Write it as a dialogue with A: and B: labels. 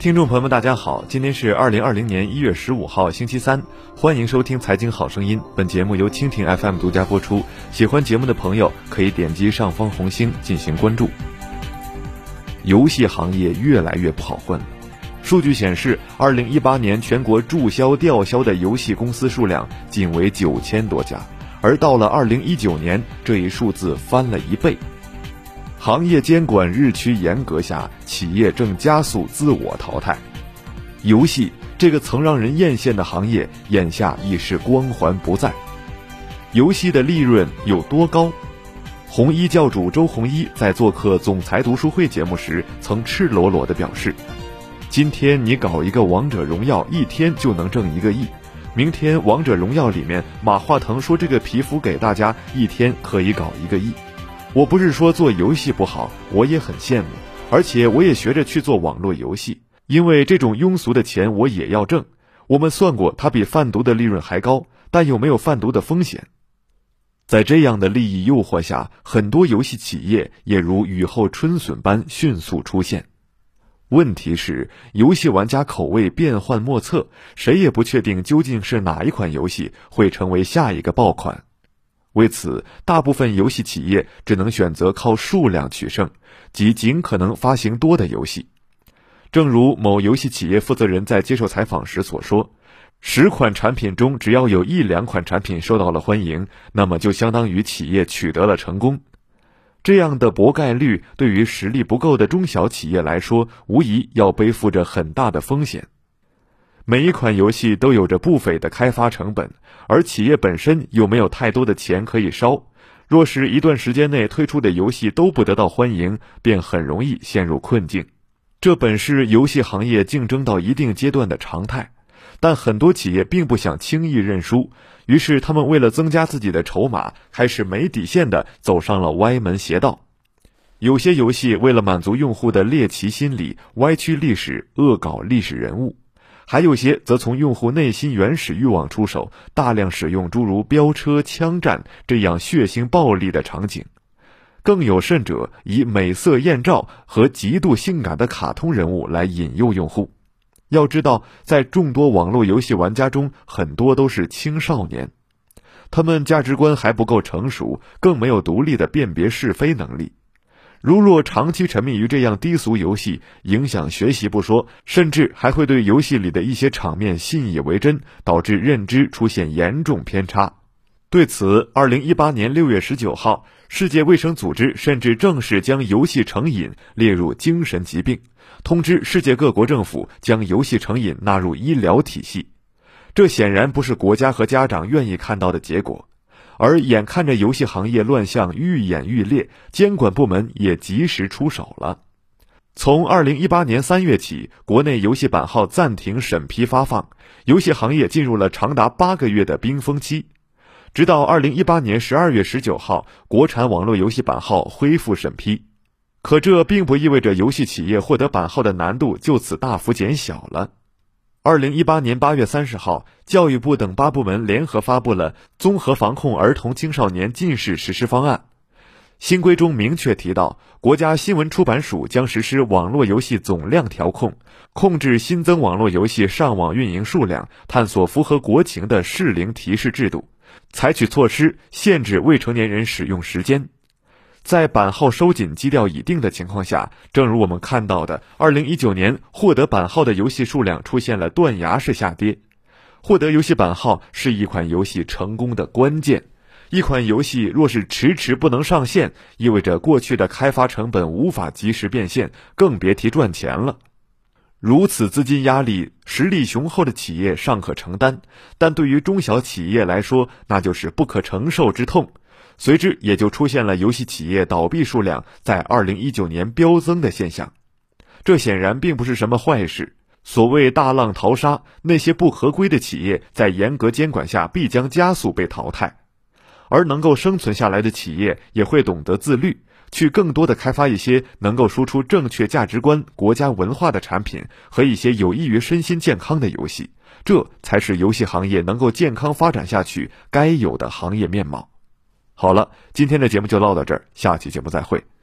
A: 听众朋友们大家好，今天是2020年1月15号星期三，欢迎收听财经好声音，本节目由蜻蜓 FM 独家播出，喜欢节目的朋友可以点击上方红星进行关注。游戏行业越来越不好混了。数据显示，2018年全国注销吊销的游戏公司数量仅为9000多家，而到了2019年，这一数字翻了1倍。行业监管日趋严格下，企业正加速自我淘汰。游戏这个曾让人艳羡的行业，眼下已是光环不再。游戏的利润有多高？红衣教主周鸿祎在做客总裁读书会节目时，曾赤裸裸地表示，今天你搞一个王者荣耀，1天就能挣1个亿，明天王者荣耀里面马化腾说这个皮肤给大家，1天可以搞1个亿。我不是说做游戏不好，我也很羡慕，而且我也学着去做网络游戏，因为这种庸俗的钱我也要挣。我们算过，它比贩毒的利润还高，但有没有贩毒的风险？在这样的利益诱惑下，很多游戏企业也如雨后春笋般迅速出现。问题是，游戏玩家口味变幻莫测，谁也不确定究竟是哪一款游戏会成为下一个爆款。为此，大部分游戏企业只能选择靠数量取胜，即尽可能发行多的游戏。正如某游戏企业负责人在接受采访时所说，10款产品中只要有1-2款产品受到了欢迎，那么就相当于企业取得了成功。这样的博概率对于实力不够的中小企业来说，无疑要背负着很大的风险。每一款游戏都有着不菲的开发成本，而企业本身又没有太多的钱可以烧。若是一段时间内推出的游戏都不得到欢迎，便很容易陷入困境。这本是游戏行业竞争到一定阶段的常态，但很多企业并不想轻易认输，于是他们为了增加自己的筹码，开始没底线地走上了歪门邪道。有些游戏为了满足用户的猎奇心理，歪曲历史，恶搞历史人物。还有些则从用户内心原始欲望出手，大量使用诸如飙车、枪战这样血腥暴力的场景。更有甚者，以美色艳照和极度性感的卡通人物来引诱用户。要知道，在众多网络游戏玩家中，很多都是青少年，他们价值观还不够成熟，更没有独立的辨别是非能力。如若长期沉迷于这样低俗游戏，影响学习不说，甚至还会对游戏里的一些场面信以为真，导致认知出现严重偏差。对此，2018年6月19号，世界卫生组织甚至正式将游戏成瘾列入精神疾病，通知世界各国政府将游戏成瘾纳入医疗体系。这显然不是国家和家长愿意看到的结果。而眼看着游戏行业乱象愈演愈烈，监管部门也及时出手了。从2018年3月起，国内游戏版号暂停审批发放，游戏行业进入了长达8个月的冰封期。直到2018年12月19号，国产网络游戏版号恢复审批。可这并不意味着游戏企业获得版号的难度就此大幅减小了。2018年8月30号，教育部等8部门联合发布了《综合防控儿童青少年近视实施方案》。新规中明确提到，国家新闻出版署将实施网络游戏总量调控，控制新增网络游戏上网运营数量，探索符合国情的适龄提示制度，采取措施限制未成年人使用时间。在版号收紧基调已定的情况下，正如我们看到的，2019年获得版号的游戏数量出现了断崖式下跌。获得游戏版号是一款游戏成功的关键。一款游戏若是迟迟不能上线，意味着过去的开发成本无法及时变现，更别提赚钱了。如此资金压力，实力雄厚的企业尚可承担，但对于中小企业来说，那就是不可承受之痛。随之也就出现了游戏企业倒闭数量在2019年飙增的现象。这显然并不是什么坏事。所谓大浪淘沙，那些不合规的企业在严格监管下必将加速被淘汰。而能够生存下来的企业也会懂得自律，去更多的开发一些能够输出正确价值观、国家文化的产品和一些有益于身心健康的游戏。这才是游戏行业能够健康发展下去该有的行业面貌。好了，今天的节目就唠到这儿，下期节目再会。